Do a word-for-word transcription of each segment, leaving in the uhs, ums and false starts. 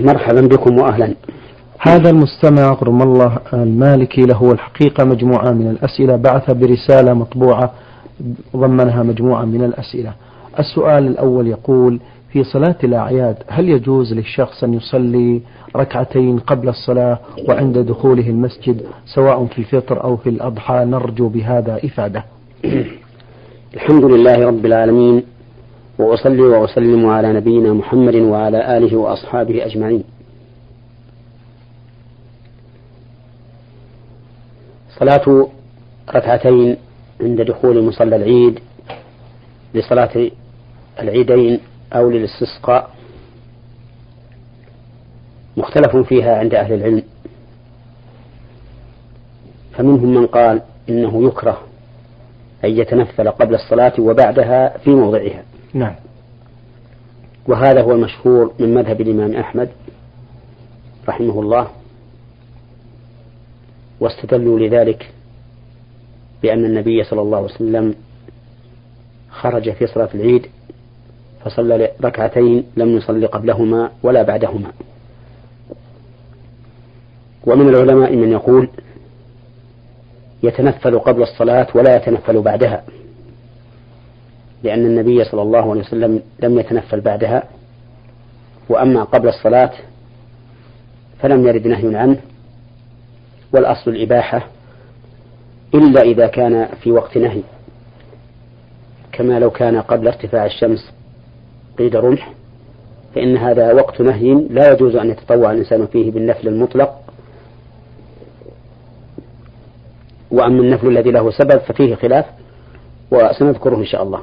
مرحبا بكم وأهلا. هذا المستمع غرم الله المالكي له الحقيقة مجموعة من الأسئلة، بعث برسالة مطبوعة ضمنها مجموعة من الأسئلة. السؤال الأول يقول: في صلاة الأعياد هل يجوز للشخص أن يصلي ركعتين قبل الصلاة وعند دخوله المسجد سواء في الفطر أو في الأضحى؟ نرجو بهذا إفادة. الحمد لله رب العالمين، وأصلي وأسلم على نبينا محمد وعلى آله وأصحابه أجمعين. صلاة ركعتين عند دخول مصلى العيد لصلاة العيدين أو للاستسقاء مختلف فيها عند أهل العلم، فمنهم من قال إنه يكره أن يتنفل قبل الصلاة وبعدها في موضعها. نعم. وهذا هو المشهور من مذهب الإمام أحمد رحمه الله، واستدلوا لذلك بأن النبي صلى الله عليه وسلم خرج في صلاة العيد فصلى ركعتين لم يصلي قبلهما ولا بعدهما. ومن العلماء من يقول يتنفل قبل الصلاة ولا يتنفل بعدها، لأن النبي صلى الله عليه وسلم لم يتنفل بعدها، وأما قبل الصلاة فلم يرد نهي عنه، والأصل الإباحة إلا إذا كان في وقت نهي، كما لو كان قبل ارتفاع الشمس قيد رمح، فإن هذا وقت نهي لا يجوز أن يتطوع الإنسان فيه بالنفل المطلق. وأما النفل الذي له سبب ففيه خلاف وسنذكره إن شاء الله.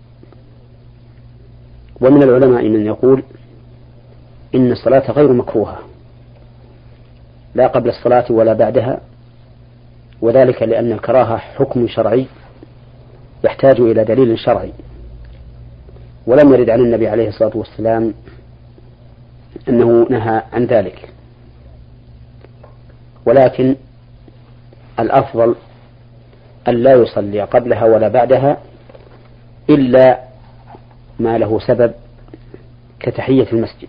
ومن العلماء من يقول إن الصلاة غير مكروهة لا قبل الصلاة ولا بعدها، وذلك لأن الكراهة حكم شرعي يحتاج إلى دليل شرعي، ولم يرد عن النبي عليه الصلاة والسلام أنه نهى عن ذلك. ولكن الأفضل أن لا يصلي قبلها ولا بعدها إلا ما له سبب كتحية المسجد،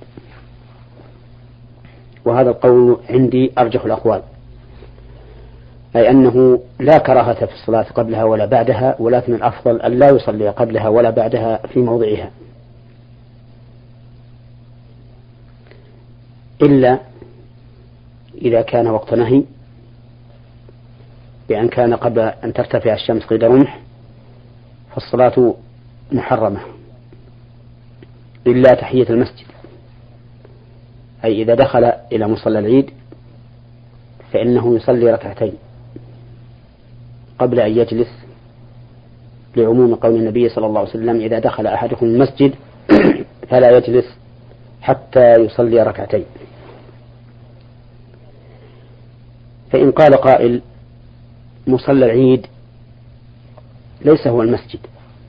وهذا القول عندي أرجح الأقوال، أي أنه لا كراهة في الصلاة قبلها ولا بعدها، ولكن الأفضل أن لا يصلي قبلها ولا بعدها في موضعها، إلا إذا كان وقت نهي، بأن كان قبل أن ترتفع الشمس قيد رمح فالصلاة محرمة إلا تحية المسجد، أي إذا دخل إلى مصلى العيد فإنه يصلي ركعتين قبل أن يجلس، لعموم قول النبي صلى الله عليه وسلم: إذا دخل أحدكم المسجد فلا يجلس حتى يصلي ركعتين. فإن قال قائل: مصلى العيد ليس هو المسجد،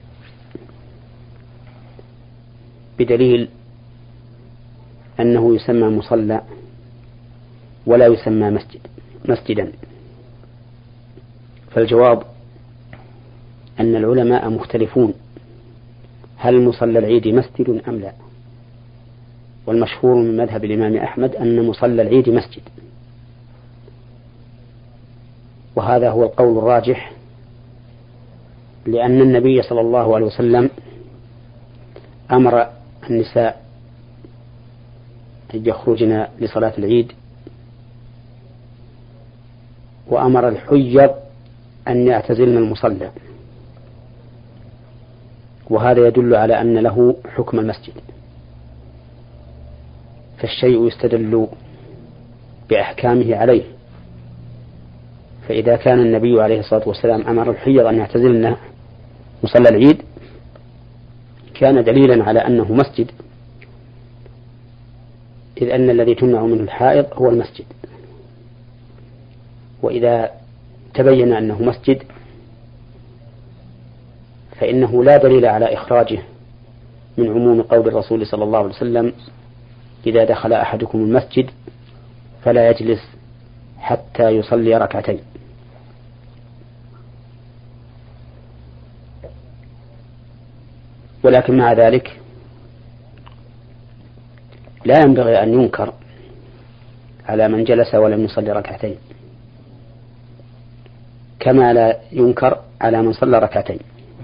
بدليل أنه يسمى مصلى ولا يسمى مسجد مسجدا، فالجواب أن العلماء مختلفون هل مصلى العيد مسجد أم لا، والمشهور من مذهب الإمام أحمد أن مصلى العيد مسجد، وهذا هو القول الراجح، لأن النبي صلى الله عليه وسلم أمر النساء أن يخرجن لصلاة العيد، وأمر الحجر أن يعتزلن المصلى، وهذا يدل على أن له حكم المسجد. فالشيء يستدل بأحكامه عليه، فإذا كان النبي عليه الصلاة والسلام أمر الحجر أن يعتزلن مصلى العيد كان دليلا على أنه مسجد، إذ أن الذي تمنع منه الحائض هو المسجد، وإذا تبين أنه مسجد فإنه لا دليل على إخراجه من عموم قول الرسول صلى الله عليه وسلم: إذا دخل أحدكم المسجد فلا يجلس حتى يصلي ركعتين. ولكن مع ذلك لا ينبغي أن ينكر على من جلس ولم يصلي ركعتين، كما لا ينكر على من صلى ركعتين،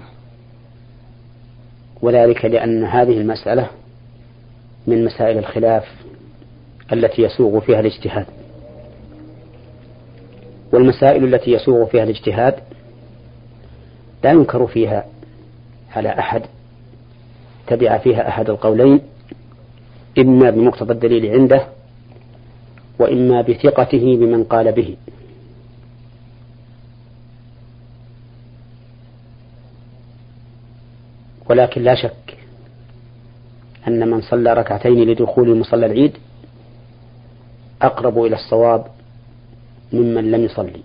وذلك لأن هذه المسألة من مسائل الخلاف التي يسوغ فيها الاجتهاد، والمسائل التي يسوغ فيها الاجتهاد لا ينكر فيها على أحد تبع فيها أحد القولين، إما بمقتضى الدليل عنده وإما بثقته بمن قال به. ولكن لا شك أن من صلى ركعتين لدخول مصلى العيد أقرب إلى الصواب ممن لم يصلي.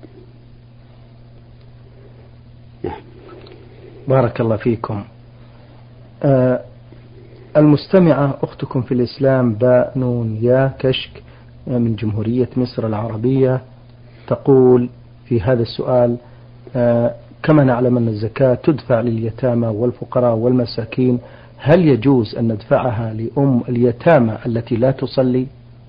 نعم. بارك الله فيكم. آه المستمعة أختكم في الإسلام باء نون يا كشك من جمهورية مصر العربية تقول في هذا السؤال: آه كما نعلم أن الزكاة تدفع لليتامى والفقراء والمساكين، هل يجوز أن ندفعها لأم اليتامى التي لا تصلي؟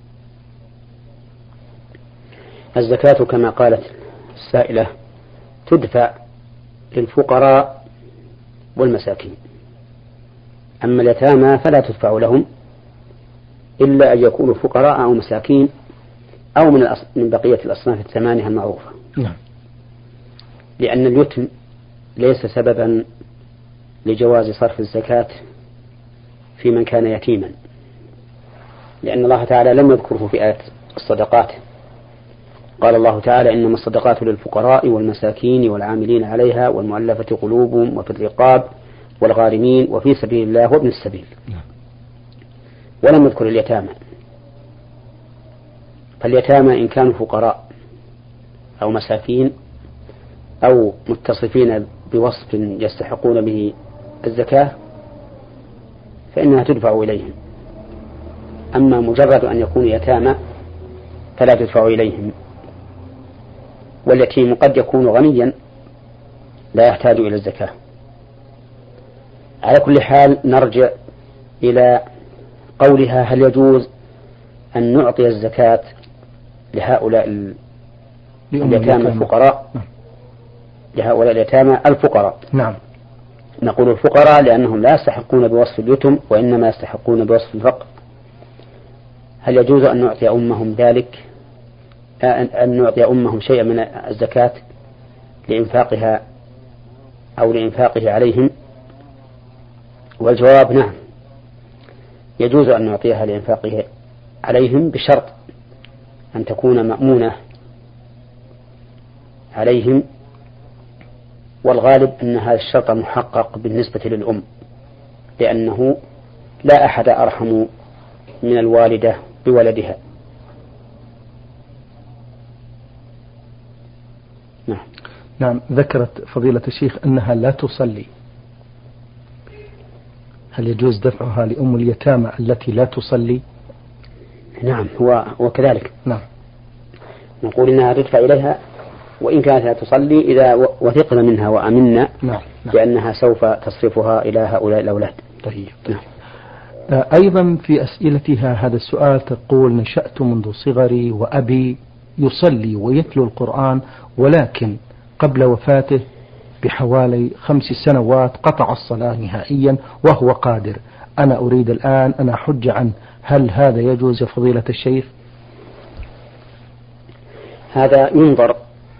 الزكاة كما قالت السائلة تدفع للفقراء والمساكين، أما اليتامى فلا تدفع لهم إلا أن يكونوا فقراء أو مساكين أو من, من بقية الأصناف الثمانية المعروفة. نعم. لأن اليتم ليس سببا لجواز صرف الزكاة في من كان يتيما، لأن الله تعالى لم يذكره في آية الصدقات. قال الله تعالى: إنما الصدقات للفقراء والمساكين والعاملين عليها والمؤلفة قلوبهم وفي الرقاب والغارمين وفي سبيل الله وابن السبيل. ولم يذكر اليتامى. فاليتامى إن كانوا فقراء أو مساكين أو متصفين بوصف يستحقون به الزكاة فإنها تدفع إليهم، أما مجرد أن يكونوا يتامى فلا تدفع إليهم. واليتيم قد يكون غنيا لا يحتاج إلى الزكاة. على كل حال نرجع إلى قولها: هل يجوز أن نعطي الزكاة لهؤلاء اليتامى الفقراء؟ لهؤلاء اليتامى الفقراء. نعم. نقول الفقراء لأنهم لا يستحقون بوصف اليتم وإنما يستحقون بوصف الفقر. هل يجوز أن نعطي أمهم ذلك، أن نعطي أمهم شيئا من الزكاة لإنفاقها أو لإنفاقه عليهم؟ والجواب نعم، يجوز أن نعطيها لإنفاقه عليهم بشرط أن تكون مأمونة عليهم، والغالب أن هذا الشرط محقق بالنسبة للأم، لأنه لا أحد أرحم من الوالدة بولدها. نعم. نعم. ذكرت فضيلة الشيخ أنها لا تصلي، هل يجوز دفعها لأم اليتامى التي لا تصلي؟ نعم، هو وكذلك. نعم. نقول إنها تدفع إليها وإن كانت لا تصلي إذا وثقنا منها وأمنا نعم. نعم. بأنها سوف تصرفها إلى هؤلاء الأولاد. طيب. طيب. نعم. أيضا في أسئلتها هذا السؤال تقول: نشأت منذ صغري وأبي يصلي ويتلو القرآن، ولكن قبل وفاته بحوالي خمس سنوات قطع الصلاة نهائيا وهو قادر. أنا أريد الآن أن أحج عنه، هل هذا يجوز يا فضيلة الشيخ؟ هذا ينظر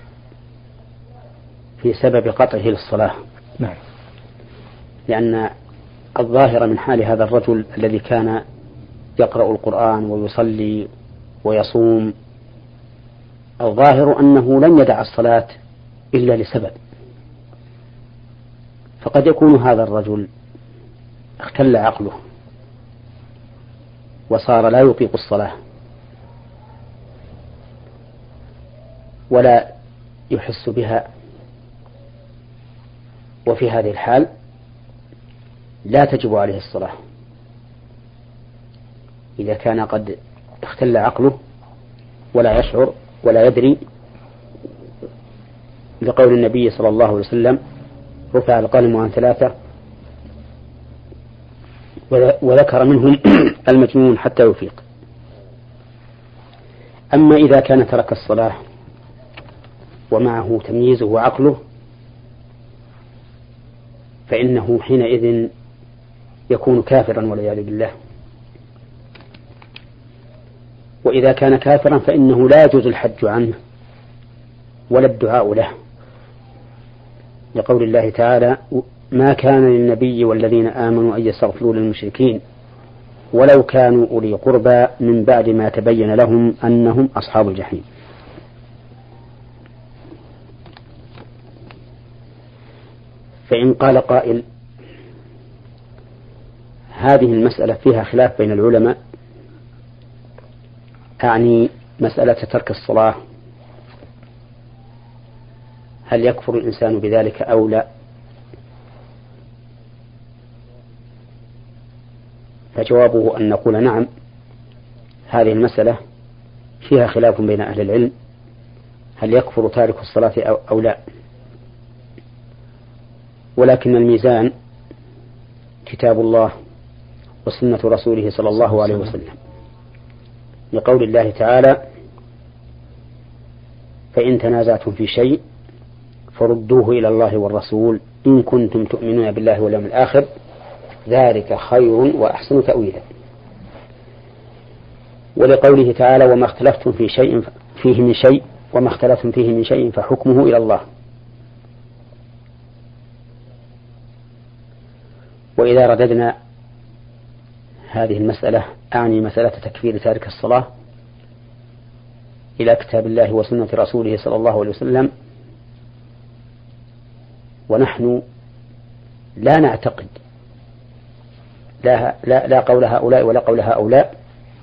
في سبب قطعه للصلاة. نعم. لأن الظاهر من حال هذا الرجل الذي كان يقرأ القرآن ويصلي ويصوم، الظاهر أنه لم يدع الصلاة إلا لسبب، فقد يكون هذا الرجل اختل عقله وصار لا يطيق الصلاة ولا يحس بها، وفي هذه الحال لا تجب عليه الصلاة إذا كان قد اختل عقله ولا يشعر ولا يدري، لقول النبي صلى الله عليه وسلم: رفع القلم عن ثلاثة وذكر منهم المجنون حتى يفيق. أما إذا كان ترك الصلاة ومعه تمييزه وعقله فإنه حينئذ يكون كافرا والعياذ بالله. وإذا كان كافرا فإنه لا يجوز الحج عنه ولا الدعاء له، لقول الله تعالى: ما كان للنبي والذين آمنوا أن يستغفروا للمشركين ولو كانوا أولي قربى من بعد ما تبين لهم أنهم أصحاب الجحيم. فإن قال قائل: هذه المسألة فيها خلاف بين العلماء، أعني مسألة ترك الصلاة، هل يكفر الإنسان بذلك أو لا؟ فجوابه أن نقول نعم، هذه المسألة فيها خلاف بين أهل العلم، هل يكفر تارك الصلاة أو, أو لا، ولكن الميزان كتاب الله وسنة رسوله صلى الله عليه وسلم، لقول الله تعالى: فإن تنازعتم في شيء فردوه إلى الله والرسول إن كنتم تؤمنون بالله واليوم الآخر ذلك خير وأحسن تأويلا. ولقوله تعالى: وما اختلفتم في شيء فيه من شيء وما اختلفتم فيه من شيء فحكمه إلى الله. وإذا رددنا هذه المسألة، أعني مسألة تكفير تارك الصلاة، إلى كتاب الله وسنة رسوله صلى الله عليه وسلم، ونحن لا نعتقد لا, لا, لا قول هؤلاء ولا قول هؤلاء،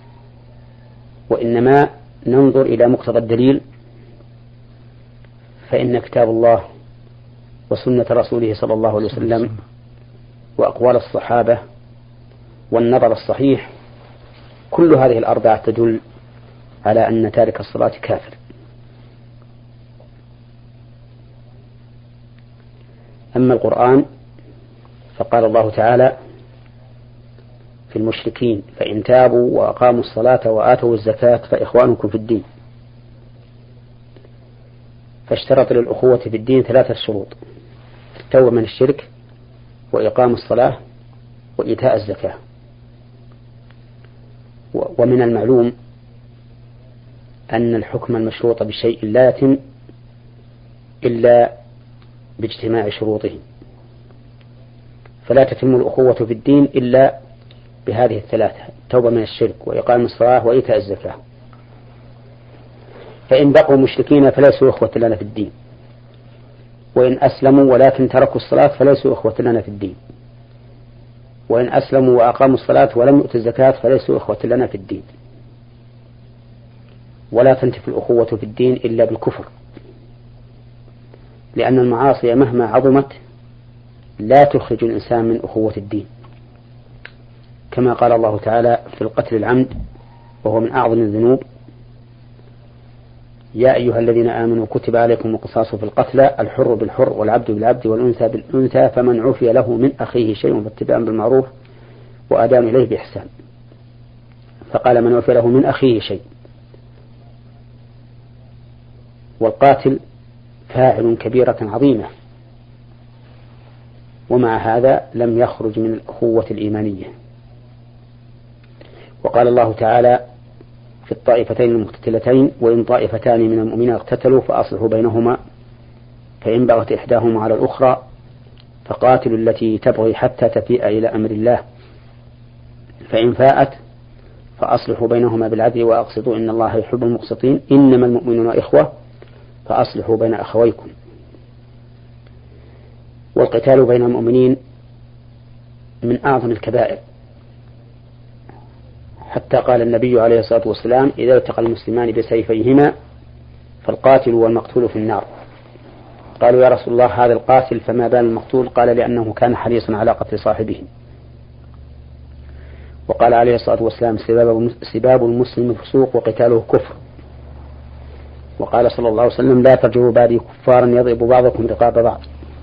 وإنما ننظر إلى مقتضى الدليل، فإن كتاب الله وسنة رسوله صلى الله عليه وسلم وأقوال الصحابة والنظر الصحيح كل هذه الأربعة تدل على أن تارك الصلاة كافر. أما القرآن فقال الله تعالى في المشركين: فإن تابوا وأقاموا الصلاة وآتوا الزكاة فإخوانكم في الدين. فاشترط للأخوة في الدين ثلاثة شروط: التوبة من الشرك وإقام الصلاة وإيتاء الزكاة. ومن المعلوم أن الحكم المشروط بشيء لا يتم إلا باجتماع شروطه، فلا تتم الأخوة في الدين إلا بهذه الثلاثة: التوبة من الشرك وإقام الصلاة وإيتاء الزكاة. فإن بقوا مشركين فليسوا إخوة لنا في الدين، وإن أسلموا ولكن تركوا الصلاة فليسوا إخوة لنا في الدين، وإن أسلموا وأقاموا الصلاة ولم يؤتوا الزكاة فليسوا إخوة لنا في الدين. ولا تنتفي الأخوة في الدين إلا بالكفر، لأن المعاصي مهما عظمت لا تخرج الإنسان من أخوة الدين، كما قال الله تعالى في القتل العمد وهو من أعظم الذنوب: يا أيها الذين آمنوا كتب عليكم القصاص في القتلى الحر بالحر والعبد بالعبد والأنثى بالأنثى فمن عفي له من أخيه شيء فاتباع بالمعروف وأداء إليه بإحسان. فقال: من عفي له من أخيه شيء. والقاتل فاعل كبيرة عظيمة، ومع هذا لم يخرج من الأخوة الإيمانية. وقال الله تعالى في الطائفتين المقتتلتين: وإن طائفتان من المؤمنين اقتتلوا فأصلحوا بينهما فإن بغت إحداهما على الأخرى فقاتلوا التي تبغي حتى تفيء إلى أمر الله فإن فاءت فأصلحوا بينهما بالعدل وأقسطوا إن الله يحب المقسطين إنما المؤمنون إخوة فأصلحوا بين أخويكم. والقتال بين المؤمنين من أعظم الكبائر، حتى قال النبي عليه الصلاة والسلام: إذا التقى المسلمان بسيفيهما فالقاتل والمقتول في النار. قالوا: يا رسول الله هذا القاتل فما بال المقتول؟ قال: لأنه كان حريصا على قتل صاحبه. وقال عليه الصلاة والسلام: سباب المسلم فسوق وقتاله كفر. وقال صلى الله عليه وسلم: لا ترجعوا بعدي كفارا يضرب بعضكم رقاب بعض.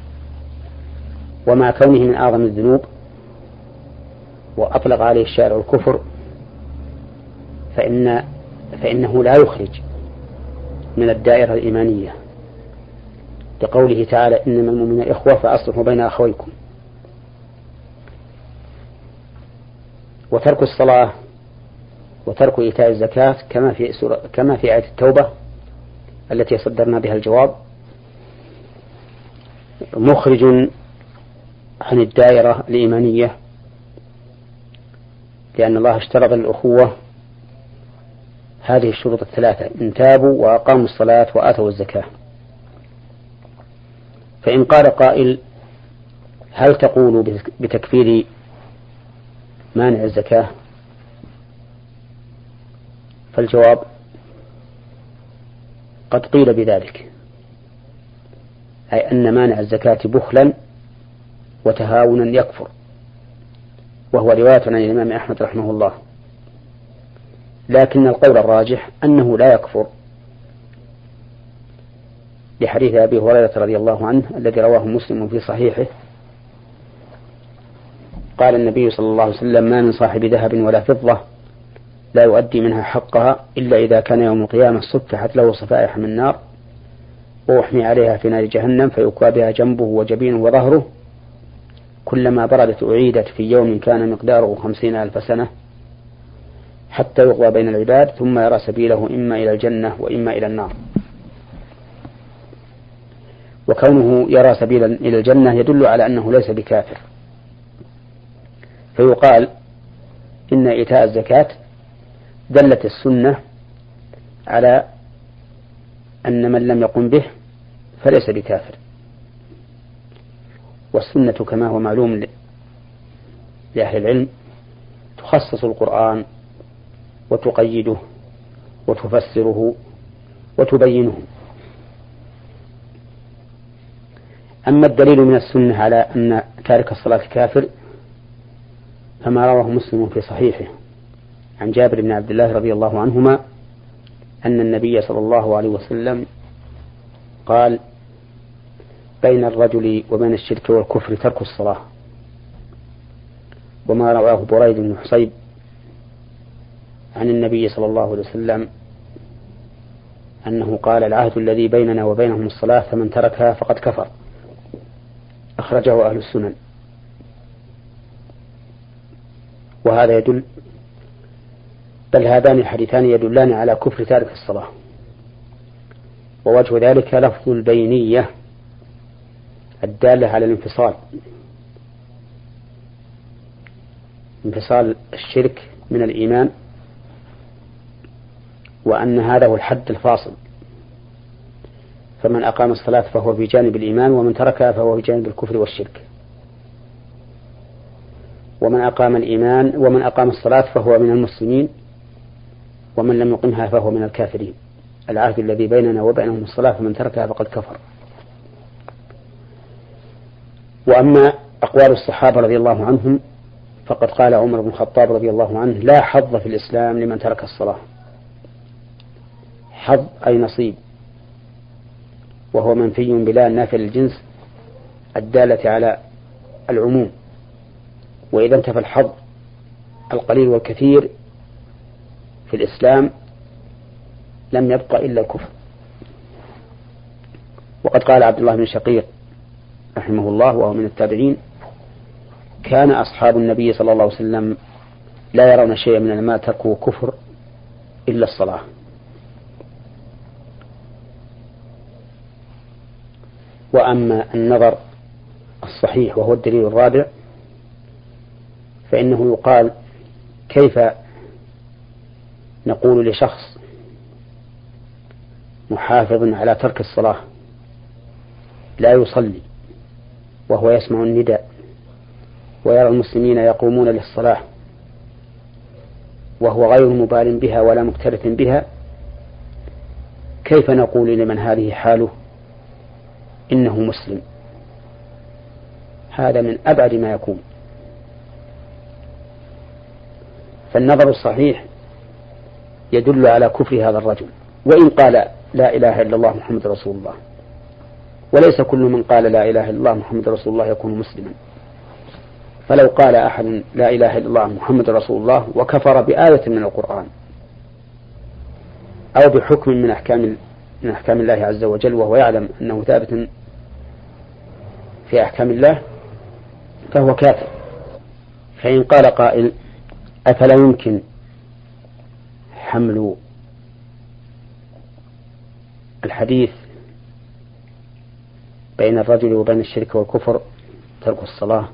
ومع كونه من أعظم الذنوب وأطلق عليه الشارع الكفر، فإن فإنه لا يخرج من الدائرة الإيمانية، لقوله تعالى إنما المؤمنون إخوة فأصلحوا بين أخويكم. وترك الصلاة وترك إيتاء الزكاة كما في سورة كما في آية التوبة التي صدرنا بها الجواب مخرج عن الدائرة الإيمانية، لأن الله اشترط للأخوة هذه الشروط الثلاثة: إن تابوا وأقاموا الصلاة وآتوا الزكاة. فإن قال قائل: هل تقول بتكفير مانع الزكاة؟ فالجواب: قد قيل بذلك، أي أن مانع الزكاة بخلا وتهاونا يكفر، وهو رواية عن الإمام أحمد رحمه الله، لكن القول الراجح أنه لا يكفر، لحديث أبي هريرة رضي الله عنه الذي رواه مسلم في صحيحه قال النبي صلى الله عليه وسلم: ما من صاحب ذهب ولا فضة لا يؤدي منها حقها إلا إذا كان يوم القيامة صفحت له صفائح من نار وأحمي عليها في نار جهنم فيكوى بها جنبه وجبينه وظهره كلما بردت أعيدت في يوم كان مقداره خمسين ألف سنة حتى يقضى بين العباد ثم يرى سبيله إما إلى الجنة وإما إلى النار. وكونه يرى سبيلا إلى الجنة يدل على أنه ليس بكافر، فيقال إن إيتاء الزكاة دلت السنة على أن من لم يقم به فليس بكافر. والسنة كما هو معلوم لأهل العلم تخصص القرآن وتقيده وتفسره وتبينه. أما الدليل من السنة على أن تارك الصلاة كافر فما رواه مسلم في صحيحه عن جابر بن عبد الله رضي الله عنهما أن النبي صلى الله عليه وسلم قال: بين الرجل وبين الشرك والكفر ترك الصلاة. وما رواه بريد بن حصيب عن النبي صلى الله عليه وسلم أنه قال: العهد الذي بيننا وبينهم الصلاة فمن تركها فقد كفر. أخرجه أهل السنن. وهذا يدل بل هذان الحديثان يدلان على كفر تارك الصلاة. ووجه ذلك لفظ البينية الدالة على الانفصال انفصال الشرك من الإيمان، وأن هذا هو الحد الفاصل، فمن أقام الصلاة فهو بجانب الإيمان ومن تركها فهو بجانب الكفر والشرك. ومن أقام الإيمان ومن أقام الصلاة فهو من المسلمين ومن لم يقمها فهو من الكافرين. العهد الذي بيننا وبينهم الصلاة فمن تركها فقد كفر. وأما أقوال الصحابة رضي الله عنهم فقد قال عمر بن الخطاب رضي الله عنه: لا حظ في الإسلام لمن ترك الصلاة. حظ أي نصيب، وهو منفي بلا نافع للجنس الدالة على العموم. وإذا انتفى الحظ القليل والكثير في الإسلام لم يبقى إلا الكفر. وقد قال عبد الله بن شقيق رحمه الله وهو من التابعين: كان أصحاب النبي صلى الله عليه وسلم لا يرون شيئا من ما تركوا كفر إلا الصلاة. وأما النظر الصحيح وهو الدليل الرابع فإنه يقال: كيف نقول لشخص محافظ على ترك الصلاة لا يصلي وهو يسمع النداء ويرى المسلمين يقومون للصلاة وهو غير مبال بها ولا مكترث بها، كيف نقول لمن هذه حاله إنه مسلم؟ هذا من أبعد ما يكون. فالنظر الصحيح يدل على كفر هذا الرجل وإن قال لا إله إلا الله محمد رسول الله، وليس كل من قال لا إله إلا الله محمد رسول الله يكون مسلما. فلو قال أحد لا إله إلا الله محمد رسول الله وكفر بآية من القرآن أو بحكم من أحكام من أحكام الله عز وجل وهو يعلم أنه ثابت في أحكام الله فهو كافر. فإن قال قائل أفلا يمكن حمل الحديث بين الرجل وبين الشرك والكفر ترك الصلاة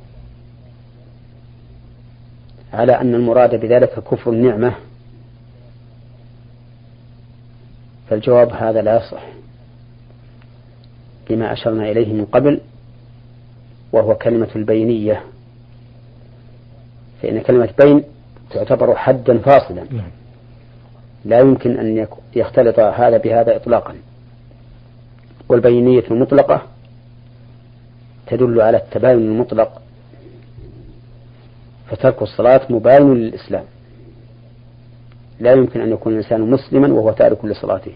على أن المراد بذلك كفر النعمة؟ فالجواب هذا لا يصح لما أشرنا إليه من قبل، وهو كلمة البينية، فإن كلمة بين تعتبر حدا فاصلا لا يمكن أن يختلط هذا بهذا إطلاقا، والبينية المطلقة تدل على التباين المطلق، فترك الصلاة مباين للإسلام، لا يمكن أن يكون الإنسان مسلما وهو تارك لصلاته.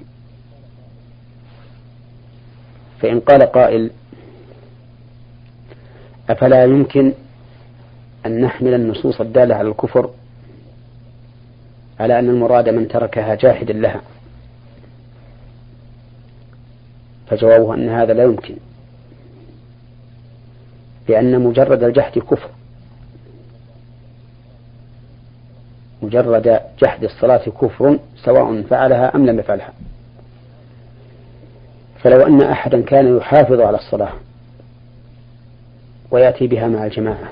فإن قال قائل أفلا يمكن أن نحمل النصوص الدالة على الكفر على أن المراد من تركها جاحدا لها؟ فجوابه أن هذا لا يمكن، لأن مجرد الجحد كفر، مجرد جحد الصلاة كفر سواء فعلها أم لم يفعلها. فلو أن أحدا كان يحافظ على الصلاة ويأتي بها مع الجماعة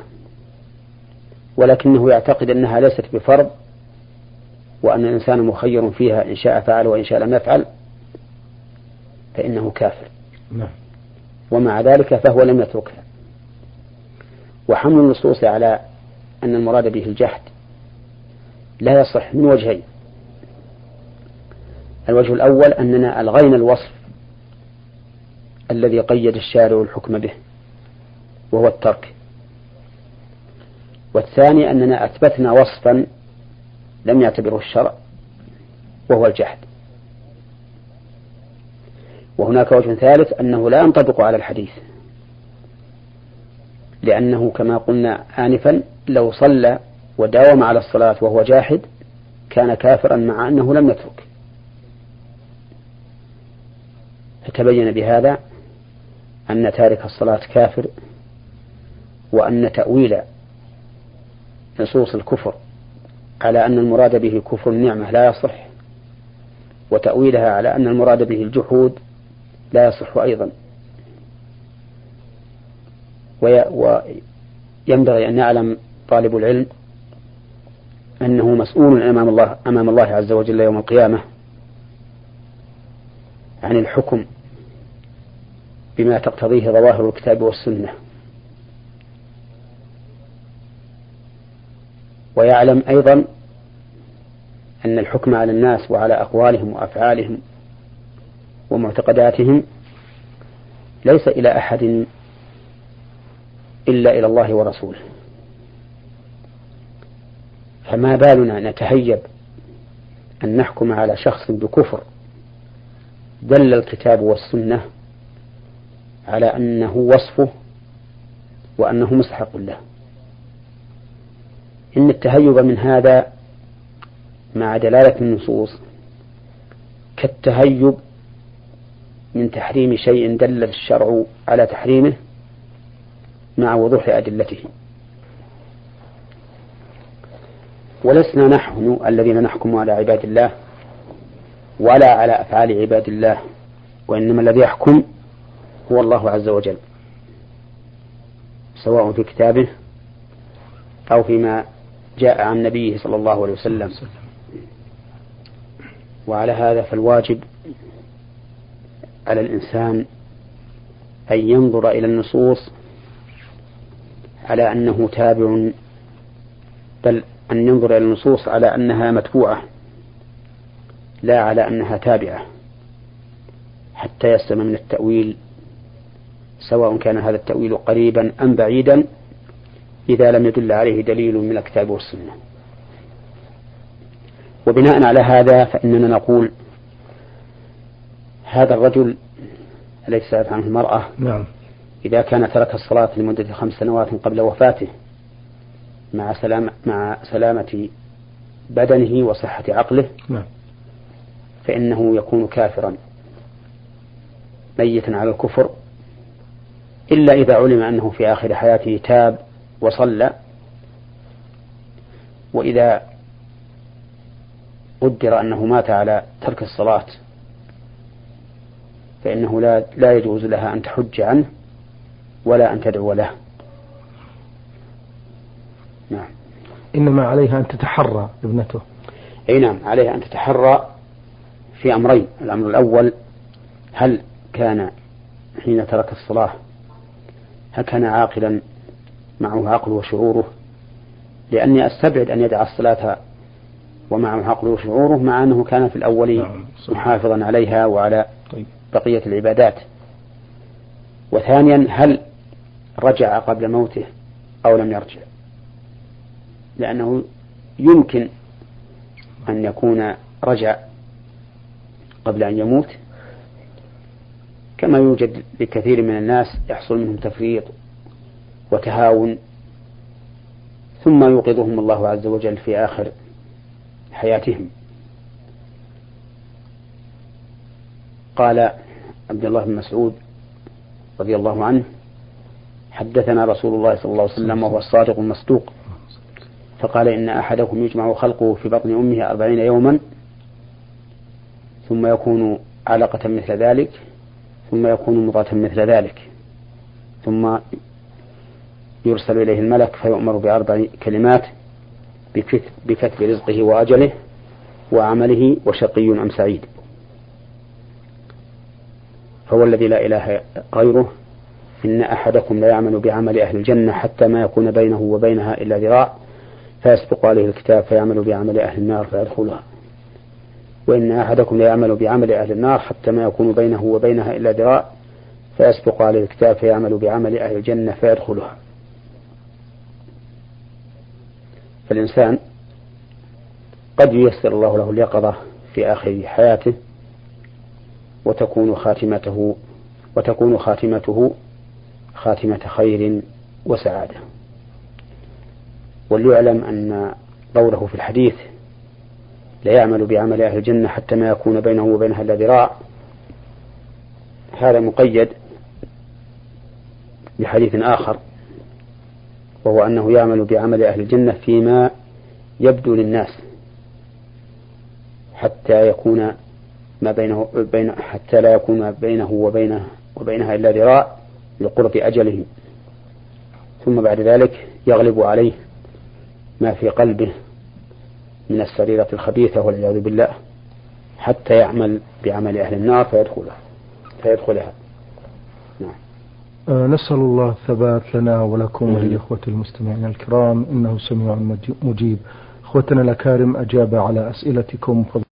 ولكنه يعتقد أنها ليست بفرض وأن الإنسان مخير فيها إن شاء فعل وإن شاء لم يفعل، فإنه كافر. ومع ذلك فهو لم يتركها. وحمل النصوص على أن المراد به الجحد لا يصح من وجهين. الوجه الأول أننا ألغينا الوصف الذي قيد الشارع الحكم به وهو الترك، والثاني أننا أثبتنا وصفا لم يعتبره الشرع وهو الجحد. وهناك وجه ثالث أنه لا ينطبق على الحديث، لأنه كما قلنا آنفا لو صلى وداوم على الصلاة وهو جاحد كان كافرا مع أنه لم يترك. فتبين بهذا أن تارك الصلاة كافر، وأن تأويل نصوص الكفر على أن المراد به كفر النعمة لا يصح، وتأويلها على أن المراد به الجحود لا يصح أيضا. وينبغي أن يعلم طالب العلم أنه مسؤول أمام الله أمام الله عز وجل يوم القيامة عن الحكم بما تقتضيه ظواهر الكتاب والسنة، ويعلم أيضا أن الحكم على الناس وعلى أقوالهم وأفعالهم ومعتقداتهم ليس إلى أحد إلا إلى الله ورسوله. فما بالنا نتهيب أن نحكم على شخص بكفر دل الكتاب والسنة على أنه وصفه وأنه مستحق له. إن التهيب من هذا مع دلالة النصوص كالتهيب من تحريم شيء دل الشرع على تحريمه مع وضوح أدلته. ولسنا نحن الذين نحكم على عباد الله ولا على أفعال عباد الله، وإنما الذي يحكم هو الله عز وجل، سواء في كتابه أو فيما جاء عن نبيه صلى الله عليه وسلم. وعلى هذا فالواجب على الإنسان أن ينظر إلى النصوص على أنه تابع، بل أن ينظر إلى النصوص على أنها متبوعة لا على أنها تابعة، حتى يسلم من التأويل، سواء كان هذا التأويل قريبا أم بعيدا، إذا لم يدل عليه دليل من الكتاب والسنة. وبناء على هذا فإننا نقول هذا الرجل الذي سألت عنه المرأة نعم. إذا كان ترك الصلاة لمدة خمس سنوات قبل وفاته مع سلامة, مع سلامة بدنه وصحة عقله، نعم. فإنه يكون كافرا ميتا على الكفر، إلا إذا علم أنه في آخر حياته تاب وصلى. وإذا قدر أنه مات على ترك الصلاة فإنه لا, لا يجوز لها أن تحج عنه ولا أن تدعو له. نعم. إنما عليها أن تتحرى ابنته. أي نعم، عليها أن تتحرى في أمرين. الأمر الأول، هل كان حين ترك الصلاة هل كان عاقلا معه عقل وشعوره؟ لأني أستبعد أن يدع الصلاة ومعه عقل وشعوره مع أنه كان في الأول محافظا عليها وعلى بقية العبادات. وثانيا، هل رجع قبل موته أو لم يرجع؟ لأنه يمكن أن يكون رجع قبل أن يموت، كما يوجد لكثير من الناس يحصل منهم تفريط وتهاون ثم يوقظهم الله عز وجل في آخر حياتهم. قال عبد الله بن مسعود رضي الله عنه: حدثنا رسول الله صلى الله عليه وسلم وهو الصادق المصدوق، فقال: إن أحدكم يجمع خلقه في بطن أمه أربعين يوما ثم يكون علقة مثل ذلك ثم يكون مضغة مثل ذلك ثم يرسل إليه الملك فيؤمر بأربع كلمات: بكتب رزقه وأجله وعمله وشقي أم سعيد. فهو الذي لا إله غيره: إن أحدكم لا يعمل بعمل أهل الجنة حتى ما يكون بينه وبينها إلا ذراع فيسبق عليه الكتاب فيعمل بعمل أهل النار فيدخلها، وإن أحدكم لا يعمل بعمل أهل النار حتى ما يكون بينه وبينها إلا ذراع فيسبق عليه الكتاب فيعمل بعمل أهل الجنة فيدخلها. فالإنسان قد ييسر الله له اليقظة في آخر حياته وتكون خاتمته وتكون خاتمته خاتمة خير وسعادة. وليعلم أن قوله في الحديث: لا يعمل بعمل أهل الجنة حتى ما يكون بينه وبينها إلا ذراع، هذا مقيد بحديث آخر، وهو أنه يعمل بعمل أهل الجنة فيما يبدو للناس حتى يكون ما بينه بين حتى لا يكون بينه وبينه وبينها إلا ذراع لقرب أجله، ثم بعد ذلك يغلب عليه ما في قلبه من السريرة الخبيثة والعياذ بالله حتى يعمل بعمل أهل النار فيدخلها فيدخلها. نعم. أه نسأل الله الثبات لنا ولكم وللإخوة المستمعين الكرام، إنه سميع مجيب. إخوتنا الأكارم، أجاب على أسئلتكم.